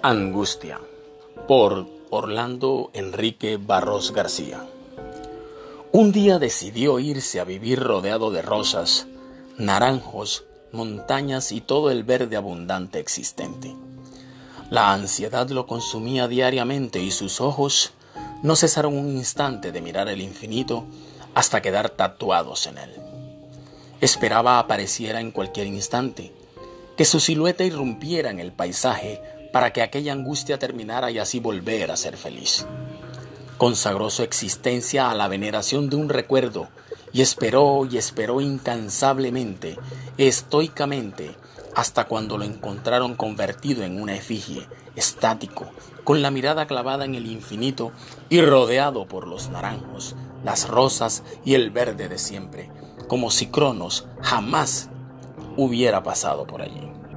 Angustia, por Orlando Enrique Barros García. Un día decidió irse a vivir rodeado de rosas, naranjos, montañas y todo el verde abundante existente. La ansiedad lo consumía diariamente y sus ojos no cesaron un instante de mirar el infinito hasta quedar tatuados en él. Esperaba apareciera en cualquier instante, que su silueta irrumpiera en el paisaje para que aquella angustia terminara y así volver a ser feliz. Consagró su existencia a la veneración de un recuerdo y esperó incansablemente, estoicamente, hasta cuando lo encontraron convertido en una efigie, estático, con la mirada clavada en el infinito y rodeado por los naranjos, las rosas y el verde de siempre, como si Cronos jamás hubiera pasado por allí.